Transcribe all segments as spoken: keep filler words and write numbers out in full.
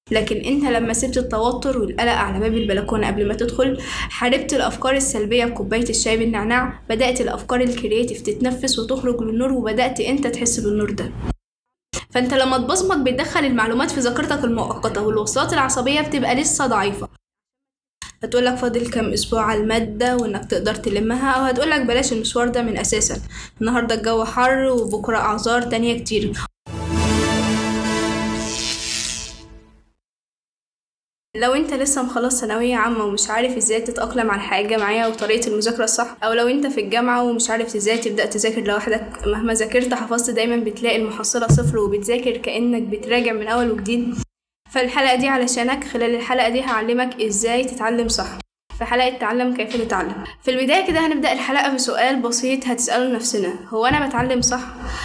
لكن انت لما سبت التوتر والقلق على باب البلكونة قبل ما تدخل، حاربت الافكار السلبية بكوباية الشاي بالنعناع، بدأت الافكار الكرياتيف تتنفس وتخرج للنور، وبدأت انت تحس بالنور ده. فانت لما تبصمك بتدخل المعلومات في ذاكرتك المؤقتة، والوصلات العصبية بتبقى لسه ضعيفة. هتقولك فاضل كام اسبوع على المادة وانك تقدر تلمها، او هتقولك بلاش المشوار ده من اساسا، النهاردة الجو حر وبكرة اعذار تانية كتير. لو انت لسه مخلص ثانوية عامة ومش عارف ازاي تتأقلم على الحياة الجامعية وطريقة المذاكرة الصح، او لو انت في الجامعة ومش عارف ازاي تبدأ تذاكر لوحدك، مهما ذاكرت حفظت دايما بتلاقي المحصلة صفر وبتذاكر كأنك بتراجع من اول وجديد. فالحلقة دي علشانك. خلال الحلقة دي هعلمك ازاي تتعلم صح في حلقة تعلم كيف تتعلم. في البداية كده هنبدأ الحلقة بسؤال بسيط هتسأله لنفسنا: هو انا بتعلم صح؟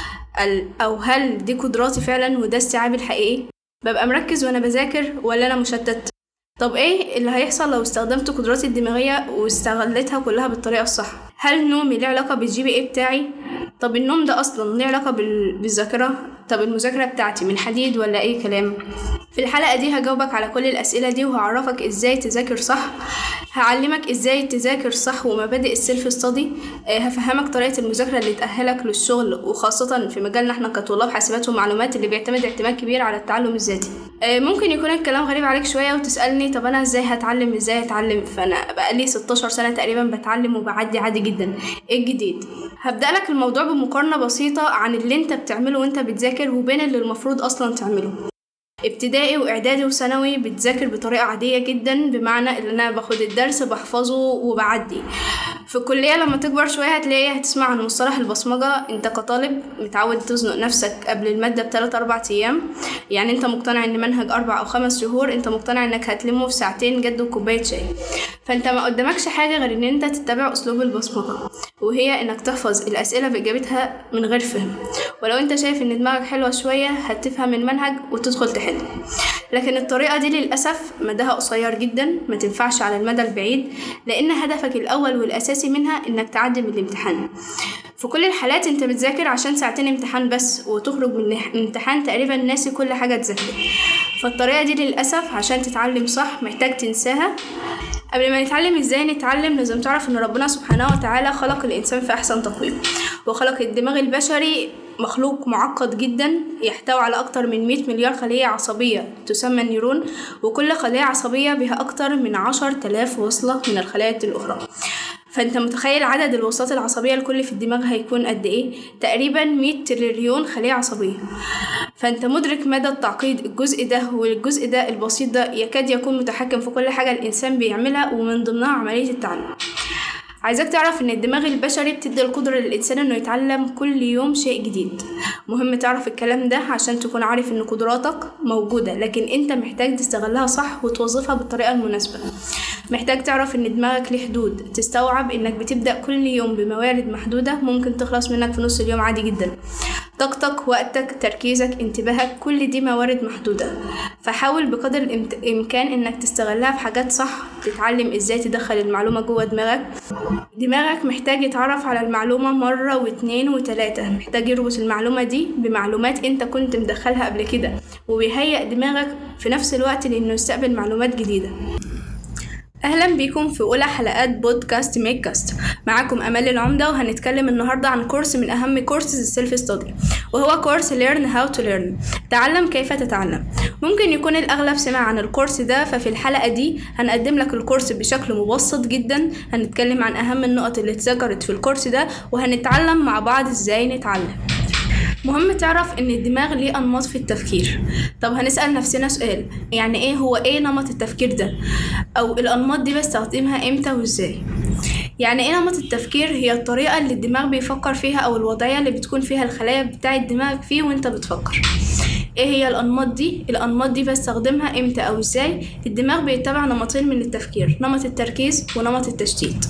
او هل دي قدراتي فعلا وده استيعابي الحقيقي؟ ببقى مركز وانا بذاكر ولا انا مشتت؟ طب ايه اللي هيحصل لو استخدمت قدراتي الدماغية واستغلتها كلها بالطريقة الصح؟ هل نومي له علاقة بالجي بي اي بتاعي؟ طب النوم ده اصلا له علاقة بالذاكرة؟ طب المذاكرة بتاعتي من حديد ولا اي كلام؟ في الحلقة دي هجاوبك على كل الاسئلة دي، وهعرفك ازاي تذاكر صح، هعلمك ازاي تذاكر صح ومبادئ السيلف ستادي، هفهمك طريقة المذاكرة اللي تأهلك للشغل، وخاصة في مجالنا احنا كطلاب حاسبات ومعلومات اللي بيعتمد اعتماد كبير على التعلم الذاتي. ممكن يكون الكلام غريب عليك شوية وتسألني طب انا ازاي هتعلم ازاي هتعلم فانا بقالي ستاشر سنة تقريبا بتعلم وبعدي عادي جدا، ايه الجديد؟ هبدأ لك الموضوع بمقارنة بسيطة عن اللي انت بتعمله وانت بتذاكر وبين اللي المفروض اصلا تعمله. ابتدائي واعدادي وثانوي بتذاكر بطريقه عاديه جدا، بمعنى ان انا باخد الدرس بحفظه وبعدي. في الكليه لما تكبر شويه هتلاقي هتسمع عن مصطلح البصمجه. انت كطالب متعود تزنق نفسك قبل الماده بثلاث اربع ايام، يعني انت مقتنع ان منهج اربع او خمس شهور انت مقتنع انك هتلمه في ساعتين جد وكوبايه شاي. فانت ما قدامكش حاجه غير ان انت تتبع اسلوب البصمجه، وهي انك تحفظ الاسئله باجابتها من غير فهم. ولو انت شايف ان دماغك حلوه شويه هتفهم المنهج وتدخل تحل. لكن الطريقة دي للأسف مداها قصير جدا، ما تنفعش على المدى البعيد، لأن هدفك الأول والأساسي منها إنك تعدي من الامتحان. في كل الحالات انت بتذاكر عشان ساعتين امتحان بس، وتخرج من الامتحان تقريبا ناسي كل حاجة تذاكر. فالطريقة دي للأسف عشان تتعلم صح محتاج تنساها. قبل ما نتعلم ازاي نتعلم لازم تعرف ان ربنا سبحانه وتعالى خلق الانسان في احسن تقويم، وخلق الدماغ البشري مخلوق معقد جدا يحتوي على اكتر من مئة مليار خلية عصبية تسمى النيرون، وكل خلية عصبية بها اكتر من عشر تلاف وصلة من الخلايا الاخرى. فانت متخيل عدد الوصلات العصبية الكل في الدماغ هيكون قد ايه؟ تقريبا مئة تريليون خلية عصبية. فانت مدرك مدى التعقيد الجزء ده، والجزء ده البسيط ده يكاد يكون متحكم في كل حاجة الانسان بيعملها، ومن ضمنها عملية التعلم. عايزك تعرف ان الدماغ البشري بتدي القدرة للإنسان انه يتعلم كل يوم شيء جديد. مهم تعرف الكلام ده عشان تكون عارف ان قدراتك موجودة، لكن انت محتاج تستغلها صح وتوظفها بالطريقة المناسبة. محتاج تعرف ان دماغك ليه حدود، تستوعب انك بتبدأ كل يوم بموارد محدودة ممكن تخلص منك في نص اليوم عادي جدا. طاقتك، وقتك، تركيزك، انتباهك، كل دي موارد محدودة، فحاول بقدر الامكان انك تستغلها في حاجات صح. تتعلم ازاي تدخل المعلومة جوه دماغك. دماغك محتاج يتعرف على المعلومة مرة واثنين وثلاثة، محتاج يربط المعلومة دي بمعلومات انت كنت مدخلها قبل كده، وبيهيئ دماغك في نفس الوقت لانه يستقبل معلومات جديدة. اهلا بيكم في اولى حلقات بودكاست ميك كاست. معاكم امال العمده، وهنتكلم النهارده عن كورس من اهم كورسز السيلف ستادي، وهو كورس ليرن هاو تو ليرن، تعلم كيف تتعلم. ممكن يكون الاغلب سمع عن الكورس ده، ففي الحلقه دي هنقدم لك الكورس بشكل مبسط جدا. هنتكلم عن اهم النقط اللي اتذكرت في الكورس ده، وهنتعلم مع بعض ازاي نتعلم. مهم تعرف ان الدماغ ليه انماط في التفكير. طب هنسأل نفسنا سؤال، يعني ايه هو ايه نمط التفكير ده؟ او الانماط دي بستخدمها امتى وازاي؟ يعني ايه نمط التفكير؟ هي الطريقة اللي الدماغ بيفكر فيها، او الوضعية اللي بتكون فيها الخلايا بتاع الدماغ فيه وانت بتفكر. ايه هي الانماط دي؟ الانماط دي بستخدمها امتى او ازاي؟ الدماغ بيتبع نمطين من التفكير، نمط التركيز ونمط التشتيت.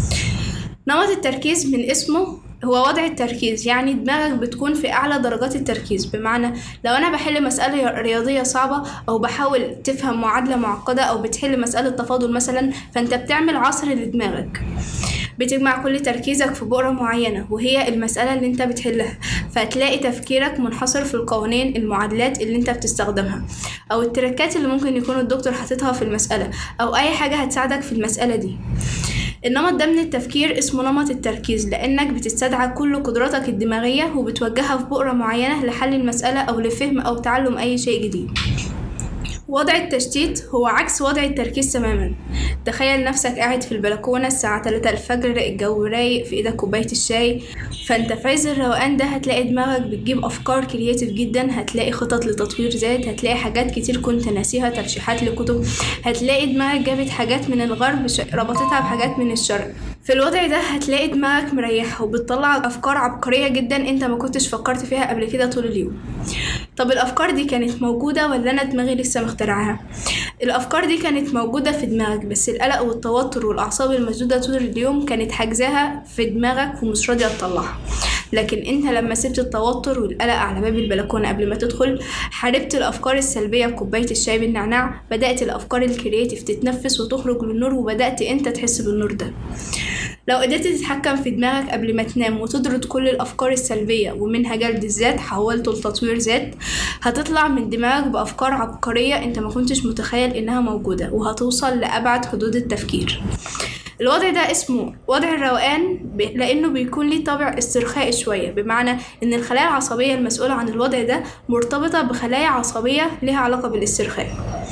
نمط التركيز من اسمه هو وضع التركيز، يعني دماغك بتكون في أعلى درجات التركيز. بمعنى لو أنا بحل مسألة رياضية صعبة، أو بحاول تفهم معادلة معقدة، أو بتحل مسألة تفاضل مثلا، فأنت بتعمل عصر لدماغك. بتجمع كل تركيزك في بؤرة معينة وهي المسألة اللي انت بتحلها، فتلاقي تفكيرك منحصر في القوانين المعادلات اللي انت بتستخدمها او التركات اللي ممكن يكون الدكتور حاططها في المسألة او اي حاجة هتساعدك في المسألة دي. النمط ده من التفكير اسمه نمط التركيز، لأنك بتستدعى كل قدراتك الدماغية وبتوجهها في بؤرة معينة لحل المسألة أو لفهم أو تعلم أي شيء جديد. وضع التشتيت هو عكس وضع التركيز تماما. تخيل نفسك قاعد في البلكونة الساعة تلاتة الفجر، الجو رايق، في ايدك كوباية الشاي، فانت في عز الروقان ده هتلاقي دماغك بتجيب افكار كرياتيف جدا، هتلاقي خطط لتطوير ذات، هتلاقي حاجات كتير كنت ناسيها، ترشيحات لكتب، هتلاقي دماغك جابت حاجات من الغرب ربطتها بحاجات من الشرق. في الوضع ده هتلاقي دماغك مريحة وبتطلع افكار عبقرية جدا انت ما كنتش فكرت فيها قبل كده طول اليوم. طب الافكار دي كانت موجودة ولا انا دماغي لسه مخترعها؟ الافكار دي كانت موجودة في دماغك، بس القلق والتوتر والاعصاب المشدودة طول اليوم كانت حاجزاها في دماغك ومش راضية تطلعها. لكن انت لما سبت التوتر والقلق على باب البلكونة قبل ما تدخل، حاربت الافكار السلبية بكوباية الشاي بالنعناع، بدأت الافكار الكرياتيف تتنفس وتخرج للنور، وبدأت انت تحس بالنور ده. لو قدرت تتحكم في دماغك قبل ما تنام وتطرد كل الافكار السلبية ومنها جلد الذات حولته لتطوير ذات، هتطلع من دماغك بافكار عبقرية انت ما كنتش متخيل انها موجودة، وهتوصل لابعد حدود التفكير. الوضع ده اسمه وضع الروقان لانه بيكون ليه طابع استرخائي شوية، بمعنى ان الخلايا العصبية المسؤولة عن الوضع ده مرتبطة بخلايا عصبية لها علاقة بالاسترخاء.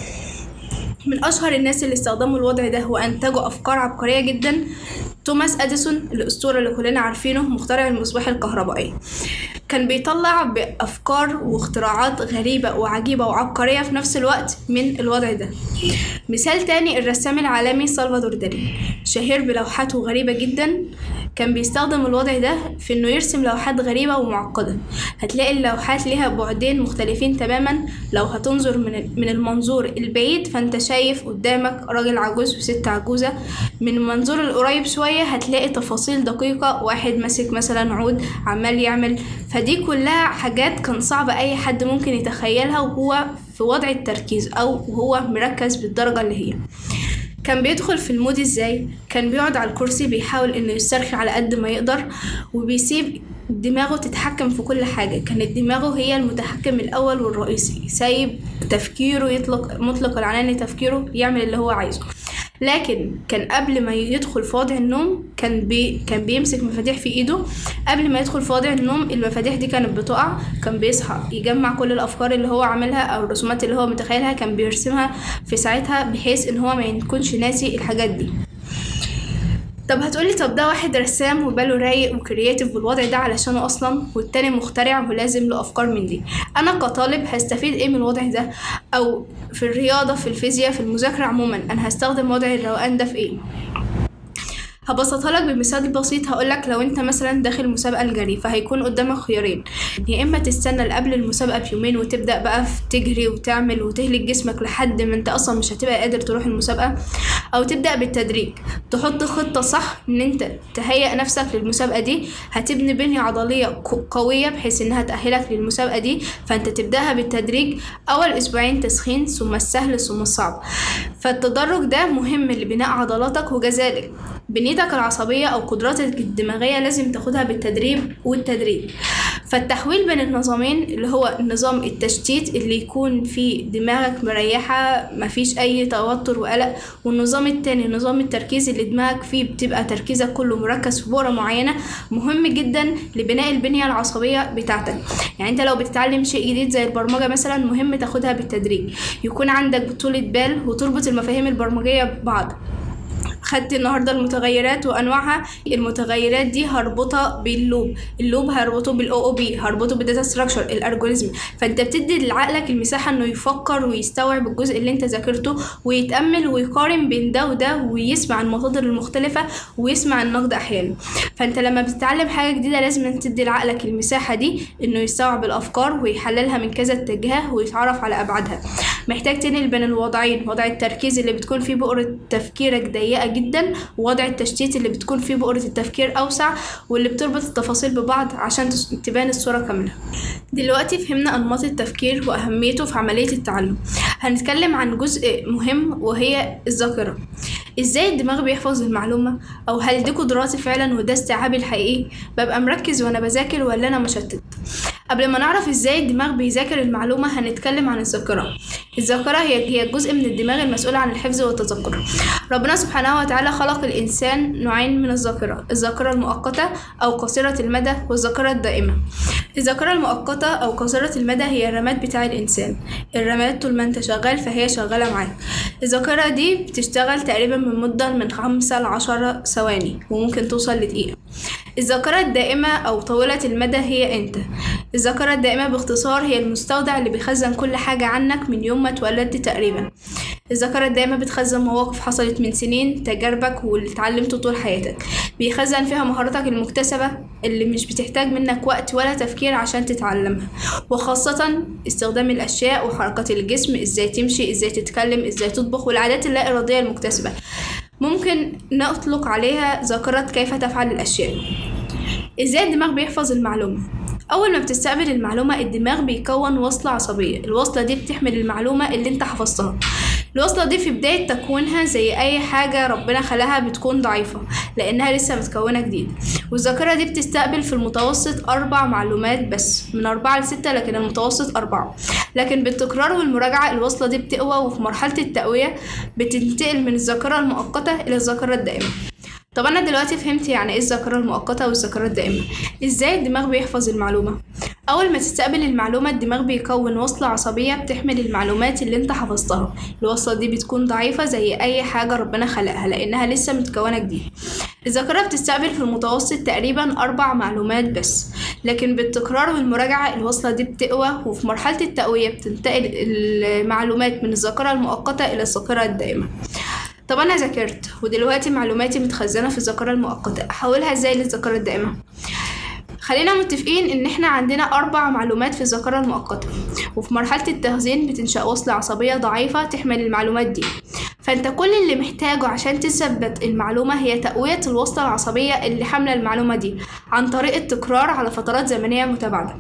من اشهر الناس اللي استخدموا الوضع ده وانتجوا افكار عبقرية جدا توماس اديسون، الاسطورة اللي كلنا عارفينه، مخترع المصباح الكهربائي. كان بيطلع بافكار واختراعات غريبة وعجيبة وعبقرية في نفس الوقت من الوضع ده. مثال تاني الرسام العالمي سالفادور دالي، شهير بلوحاته غريبة جدا، كان بيستخدم الوضع ده في انه يرسم لوحات غريبة ومعقدة. هتلاقي اللوحات ليها بعدين مختلفين تماما. لو هتنظر من من المنظور البعيد فانت شايف قدامك راجل عجوز وست عجوزة، من المنظور القريب شوية هتلاقي تفاصيل دقيقة، واحد ماسك مثلا عود عمال يعمل. فدي كلها حاجات كان صعب اي حد ممكن يتخيلها وهو في وضع التركيز او هو مركز بالدرجة اللي هي. كان بيدخل في المود ازاي؟ كان بيقعد على الكرسي بيحاول انه يسترخي على قد ما يقدر، وبيسيب دماغه تتحكم في كل حاجة. كانت دماغه هي المتحكم الاول والرئيسي، سايب تفكيره يطلق مطلق العنان لتفكيره يعمل اللي هو عايزه. لكن كان قبل ما يدخل في وضع النوم كان بي كان بيمسك مفاتيح في ايده. قبل ما يدخل في وضع النوم المفاتيح دي كانت بتقع، كان بيصحى يجمع كل الافكار اللي هو عاملها او الرسومات اللي هو متخيلها، كان بيرسمها في ساعتها بحيث ان هو ما يكونش ناسي الحاجات دي. طب هتقولي طب ده واحد رسام وباله رايق وكرياتيف بالوضع ده علشانه اصلا، والتاني مخترع ولازم له افكار من دي. انا كطالب هستفيد ايه من الوضع ده؟ او في الرياضة، في الفيزياء، في المذاكرة عموما، انا هستخدم وضع الروقان ده في ايه؟ هبسطها لك بمثال بسيط. هقولك لو انت مثلا داخل مسابقة الجري فهيكون قدامك خيارين، يا اما تستنى قبل المسابقة بيومين وتبدأ بقى تجري وتعمل وتهلك جسمك لحد ما انت اصلا مش هتبقى قادر تروح المسابقة، او تبدأ بالتدريج، تحط خطة صح ان انت تهيئ نفسك للمسابقة دي، هتبني بنية عضلية قوية بحيث انها تأهلك للمسابقة دي، فانت تبدأها بالتدريج، اول اسبوعين تسخين ثم السهل ثم الصعب. فالتدرج ده مهم لبناء عضلاتك، وكذلك بنيتك العصبية أو قدراتك الدماغية لازم تاخدها بالتدريب والتدريب. فالتحويل بين النظامين اللي هو نظام التشتيت اللي يكون فيه دماغك مريحة مفيش أي توتر وقلق، والنظام التاني نظام التركيز اللي دماغك فيه بتبقى تركيزك كله مركز في بؤرة معينة، مهم جدا لبناء البنية العصبية بتاعتك. يعني انت لو بتتعلم شيء جديد زي البرمجة مثلا، مهم تاخدها بالتدريج، يكون عندك طولة بال وتربط المفاهيم البرمجية ببعض. خدت النهاردة المتغيرات وأنواعها، المتغيرات دي هربطها باللوب، اللوب هربطه بالأو أو بي، هربطه بالداتا ستراكشر، الألجوريزم. فأنت بتدي لعقلك المساحة إنه يفكر ويستوعب الجزء اللي أنت ذاكرته ويتأمل ويقارن بين ده وده ويسمع المصادر المختلفة ويسمع النقد أحيانا. فأنت لما بتتعلم حاجة جديدة لازم تدي لعقلك المساحة دي إنه يستوعب الأفكار ويحللها من كذا اتجاه ويتعرف على أبعادها. محتاج تنقل بين الوضعين، وضع التركيز اللي بتكون فيه بؤرة تفكيرك ضيقة جدا، ووضع التشتيت اللي بتكون فيه بؤرة التفكير أوسع، واللي بتربط التفاصيل ببعض عشان تبان الصورة كاملة. دلوقتي فهمنا أنماط التفكير وأهميته في عملية التعلم. هنتكلم عن جزء مهم وهي الذاكرة. ازاي الدماغ بيحفظ المعلومة، او هل دي قدراتي فعلا وده استيعابي الحقيقي؟ ببقى مركز وانا بذاكر ولا انا مشتت؟ قبل ما نعرف ازاي الدماغ بيذاكر المعلومة هنتكلم عن الذاكرة. الذاكرة هي هي جزء من الدماغ المسؤول عن الحفظ والتذكر. ربنا سبحانه وتعالى خلق الإنسان نوعين من الذاكرة، الذاكرة المؤقتة أو قصيرة المدى والذاكرة الدائمة. الذاكرة المؤقتة أو قصيرة المدى هي الرماد بتاع الإنسان، الرماد طول ما انت شغال فهي شغالة معاك. الذاكرة دي بتشتغل تقريبا من مدة من خمسة لعشرة ثواني وممكن توصل لدقيقة. الذاكرة الدائمة أو طويلة المدى هي أنت. الذاكرة الدائمة باختصار هي المستودع اللي بيخزن كل حاجة عنك من يوم ما اتولدت تقريبا. الذاكرة الدائمة بتخزن مواقف حصلت من سنين، تجاربك واللي اتعلمته طول حياتك، بيخزن فيها مهاراتك المكتسبة اللي مش بتحتاج منك وقت ولا تفكير عشان تتعلمها، وخاصة استخدام الأشياء وحركات الجسم، ازاي تمشي، ازاي تتكلم، ازاي تطبخ، والعادات اللا إرادية المكتسبة. ممكن نطلق عليها ذاكرة كيف تفعل الأشياء. ازاي الدماغ بيحفظ المعلومة؟ أول ما بتستقبل المعلومة الدماغ بيكون وصلة عصبية، الوصلة دي بتحمل المعلومة اللي انت حفظتها. الوصلة دي في بداية تكوينها زي أي حاجة ربنا خلاها بتكون ضعيفة لأنها لسه متكونة جديد، والذاكرة دي بتستقبل في المتوسط أربع معلومات بس، من أربعة لستة، لكن المتوسط أربعة. لكن بالتكرار والمراجعة الوصلة دي بتقوى، وفي مرحلة التقوية بتنتقل من الذاكرة المؤقتة إلى الذاكرة الدائمة. طب أنا دلوقتي فهمت يعني إيه الذاكرة المؤقتة والذاكرة الدائمة. إزاي الدماغ بيحفظ المعلومة؟ أول ما تستقبل المعلومة الدماغ بيكون وصلة عصبية بتحمل المعلومات اللي انت حفظتها. الوصلة دي بتكون ضعيفة زي أي حاجة ربنا خلقها لأنها لسه متكونة جديد. الذاكرة بتستقبل في المتوسط تقريبا أربع معلومات بس، لكن بالتكرار والمراجعة الوصلة دي بتقوى، وفي مرحلة التقوية بتنتقل المعلومات من الذاكرة المؤقتة إلى الذاكرة الدائمة. طب أنا ذاكرت ودلوقتي معلوماتي متخزنة في الذاكرة المؤقتة، أحولها إزاي للذاكرة الدائمة؟ خلينا متفقين ان احنا عندنا اربع معلومات في الذاكرة المؤقتة، وفي مرحلة التخزين بتنشأ وصلة عصبية ضعيفة تحمل المعلومات دي. فانت كل اللي محتاجه عشان تثبت المعلومة هي تقوية الوصلة العصبية اللي حاملة المعلومة دي عن طريق التكرار على فترات زمنية متباعدة.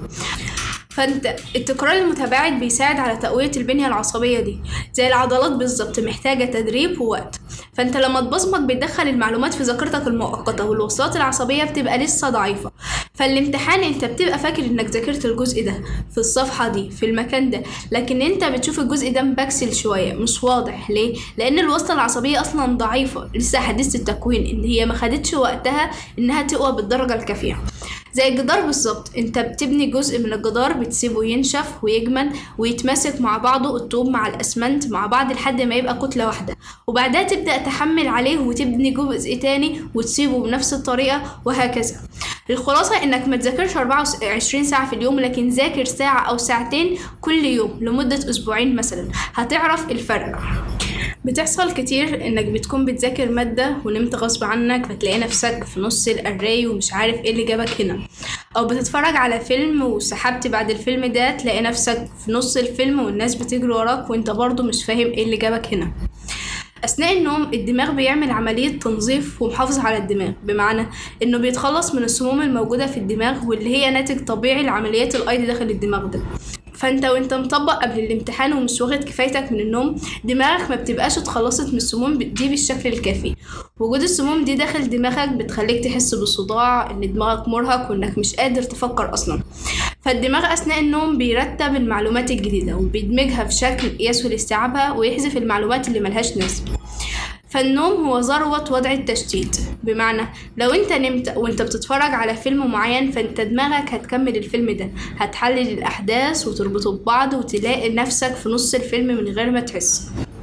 فانت التكرار المتباعد بيساعد على تقوية البنية العصبية دي، زي العضلات بالظبط محتاجة تدريب ووقت. فانت لما تبصمج بتدخل المعلومات في ذاكرتك المؤقتة والوصلات العصبية بتبقى لسه ضعيفة. فالامتحان انت بتبقى فاكر انك ذاكرت الجزء ده في الصفحة دي في المكان ده، لكن انت بتشوف الجزء ده مبكسل شوية مش واضح. ليه؟ لان الوصلة العصبية اصلا ضعيفة، لسه حديثة التكوين، ان هي ما خدتش وقتها انها تقوى بالدرجة الكافية. زي الجدار بالظبط، انت بتبني جزء من الجدار بتسيبه ينشف ويجمد ويتماسك مع بعضه، الطوب مع الاسمنت مع بعض لحد ما يبقى كتلة واحدة، وبعدها تبدأ تحمل عليه وتبني جزء تاني وتسيبه بنفس الطريقة، وهكذا. الخلاصة انك ما تذاكرش أربعة وعشرين ساعة في اليوم، لكن ذاكر ساعة او ساعتين كل يوم لمدة اسبوعين مثلا، هتعرف الفرق. بتحصل كتير انك بتكون بتذاكر مادة ونمت غصب عنك فتلاقي نفسك في نص الاري ومش عارف ايه اللي جابك هنا، او بتتفرج على فيلم وسحبت بعد الفيلم ده تلاقي نفسك في نص الفيلم والناس بتجري وراك وانت برضو مش فاهم ايه اللي جابك هنا. أثناء النوم الدماغ بيعمل عملية تنظيف ومحافظة على الدماغ، بمعنى إنه بيتخلص من السموم الموجودة في الدماغ واللي هي ناتج طبيعي لعمليات الأيض داخل الدماغ ده. فانت وانت مطبق قبل الامتحان ومش واخد كفايتك من النوم، دماغك ما بتبقاش اتخلصت من السموم دي بالشكل الكافي. وجود السموم دي داخل دماغك بتخليك تحس بالصداع، ان دماغك مرهق وانك مش قادر تفكر اصلا. فالدماغ اثناء النوم بيرتب المعلومات الجديدة وبيدمجها في شكل يسهل استيعابها ويحذف المعلومات اللي ملهاش لازمة. فالنوم هو ذروة وضع التشتيت، بمعنى لو انت نمت وانت بتتفرج على فيلم معين فانت دماغك هتكمل الفيلم ده، هتحلل الأحداث وتربطه ببعض وتلاقي نفسك في نص الفيلم من غير ما تحس.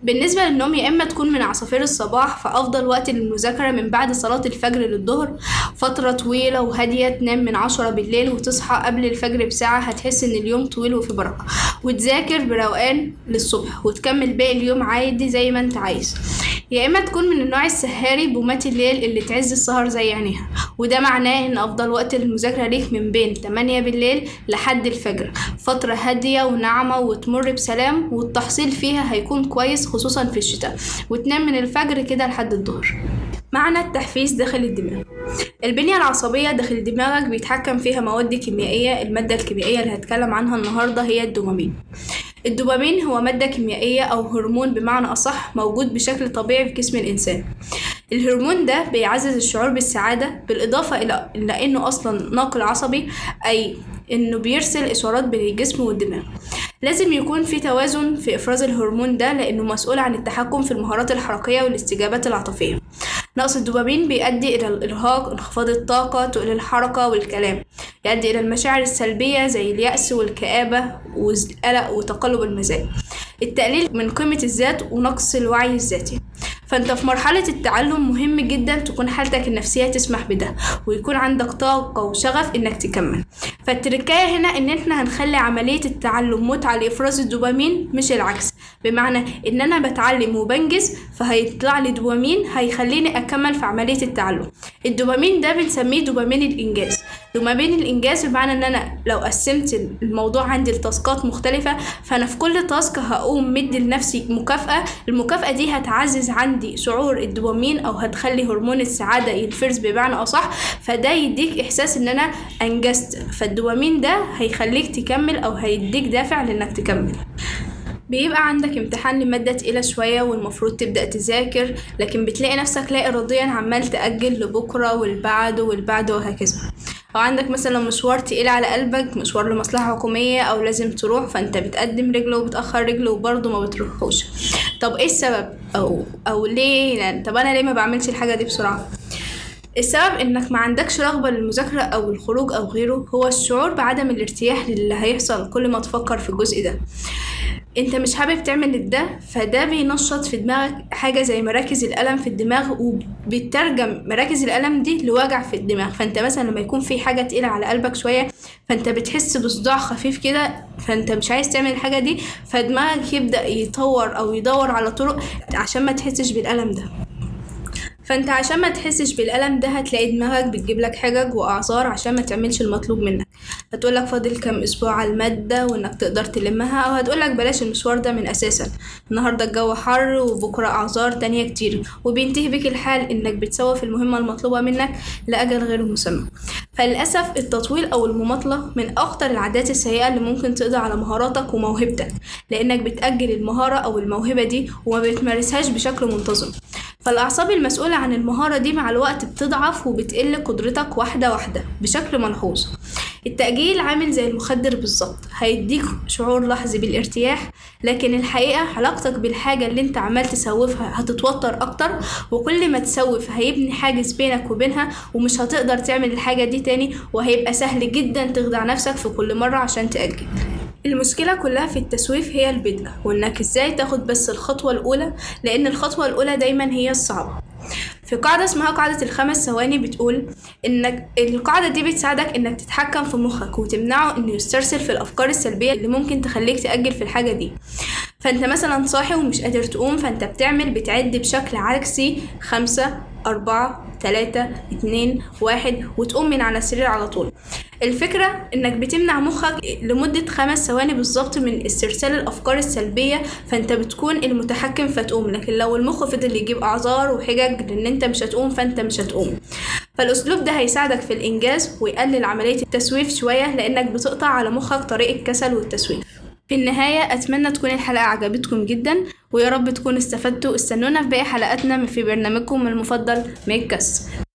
بالنسبة للنوم، يا إما تكون من عصافير الصباح، فأفضل وقت للمذاكرة من بعد صلاة الفجر للظهر، فترة طويلة وهادية، تنام من عشرة بالليل وتصحى قبل الفجر بساعة، هتحس إن اليوم طويل وفي بركة، وتذاكر بروقان للصبح وتكمل باقي اليوم عادي زي ما انت عايز. يا إما تكون من النوع السهاري بومات الليل اللي تعز السهر زي عينيها، وده معناه إن أفضل وقت للمذاكرة ليك من بين تمانية بالليل لحد الفجر، فترة هادية وناعمة وتمر بسلام، والتحصيل فيها هيكون كويس خصوصا في الشتاء، وتنام من الفجر كده لحد الظهر. معنى التحفيز داخل الدماغ. البنية العصبية داخل دماغك بيتحكم فيها مواد كيميائية. المادة الكيميائية اللي هتكلم عنها النهاردة هي الدوبامين. الدوبامين هو مادة كيميائية أو هرمون بمعنى أصح، موجود بشكل طبيعي في جسم الإنسان. الهرمون ده بيعزز الشعور بالسعادة، بالإضافة إلى إلى إنه أصلا ناقل عصبي، أي إنه بيرسل إشارات بين الجسم والدماغ. لازم يكون في توازن في إفراز الهرمون ده، لأنه مسؤول عن التحكم في المهارات الحركية والاستجابات العاطفية. نقص الدوبامين بيؤدي إلى الإرهاق، انخفاض الطاقة، تقل الحركة والكلام، يؤدي إلى المشاعر السلبية زي اليأس والكآبة والقلق وتقلب المزاج، التقليل من قيمة الذات ونقص الوعي الذاتي. فانت في مرحلة التعلم مهم جدا تكون حالتك النفسية تسمح بده، ويكون عندك طاقة وشغف انك تكمل. فالتركاية هنا ان احنا هنخلي عملية التعلم متعة لإفراز الدوبامين مش العكس، بمعنى ان انا بتعلم وبنجز فهيطلع لي دوبامين هيخليني اكمل في عملية التعلم. الدوبامين ده بنسميه دوبامين الانجاز. دوبامين الانجاز بمعنى ان انا لو قسمت الموضوع عندي لتاسكات مختلفة، فانا في كل تاسك هقوم مدي لنفسي مكافأة. المكافأة دي هتعزز عندي شعور الدوبامين او هتخلي هرمون السعادة ينفرز بمعنى اصح، فده يديك احساس ان انا انجزت. فالدوبامين ده هيخليك تكمل او هيديك دافع لانك تكمل. بيبقى عندك امتحان لمادة تقيلة شوية والمفروض تبدأ تذاكر، لكن بتلاقي نفسك لا إراديا عمال تأجل لبكرة والبعد والبعد وهكذا. أو عندك مثلا مشوار تقيل على قلبك، مشوار لمصلحة حكومية أو لازم تروح، فأنت بتقدم رجل وبتأخر رجل وبرضه ما بتروحوش. طب إيه السبب؟ أو أو ليه يعني؟ طب أنا ليه ما بعملش الحاجة دي بسرعة؟ السبب انك ما عندكش رغبة للمذاكرة او الخروج او غيره، هو الشعور بعدم الارتياح للي هيحصل كل ما تفكر في الجزء ده. انت مش حابب تعمل ده، فده بينشط في دماغك حاجة زي مراكز الألم في الدماغ، وبيترجم مراكز الألم دي لوجع في الدماغ. فانت مثلا لما يكون في حاجة تقيلة على قلبك شوية، فانت بتحس بصداع خفيف كده، فانت مش عايز تعمل الحاجة دي، فدماغك يبدأ يطور او يدور على طرق عشان ما تحسش بالألم ده. فانت عشان ما تحسش بالألم ده هتلاقي دماغك بتجيب لك حجج واعذار عشان ما تعملش المطلوب منك. هتقولك فاضل كام اسبوع على المادة وانك تقدر تلمها، او هتقولك بلاش المشوار ده من اساسا، النهاردة الجو حر وبكرة اعذار تانية كتير، وبينتهي بك الحال انك بتسوف المهمة المطلوبة منك لأجل غير مسمى. فللأسف التطويل او المماطلة من اخطر العادات السيئة اللي ممكن تقضي على مهاراتك وموهبتك، لانك بتأجل المهارة او الموهبة دي وما بتمارسهاش بشكل منتظم. فالأعصاب المسؤولة عن المهارة دي مع الوقت بتضعف وبتقل قدرتك واحدة واحدة بشكل ملحوظ. التأجيل عامل زي المخدر بالظبط، هيديك شعور لحظي بالارتياح، لكن الحقيقة علاقتك بالحاجة اللي انت عمال تسوفها هتتوتر أكتر، وكل ما تسوف هيبني حاجز بينك وبينها ومش هتقدر تعمل الحاجة دي تاني، وهيبقى سهل جدا تخدع نفسك في كل مرة عشان تأجل. المشكلة كلها في التسويف هي البدء، وانك ازاي تاخد بس الخطوة الأولى، لأن الخطوة الأولى دايما هي الصعبة. في قاعدة اسمها قاعدة الخمس ثواني بتقول انك القاعدة دي بتساعدك انك تتحكم في مخك وتمنعه انه يسترسل في الافكار السلبية اللي ممكن تخليك تأجل في الحاجة دي. فانت مثلا صاحي ومش قادر تقوم، فانت بتعمل بتعد بشكل عكسي خمسة أربعة تلاتة اتنين واحد وتقوم من على السرير على طول. الفكرة انك بتمنع مخك لمدة خمس ثواني بالظبط من استرسال الافكار السلبية، فانت بتكون المتحكم فتقوم. لكن لو المخ فضل يجيب اعذار وحجج لان انت مش هتقوم، فانت مش هتقوم. فالاسلوب ده هيساعدك في الانجاز ويقلل عملية التسويف شوية، لانك بتقطع على مخك طريق الكسل والتسويف. في النهاية أتمنى تكون الحلقة عجبتكم جدا، ويا رب تكونوا استفدتوا. استنونا في باقي حلقاتنا في برنامجكم المفضل ميك كاست.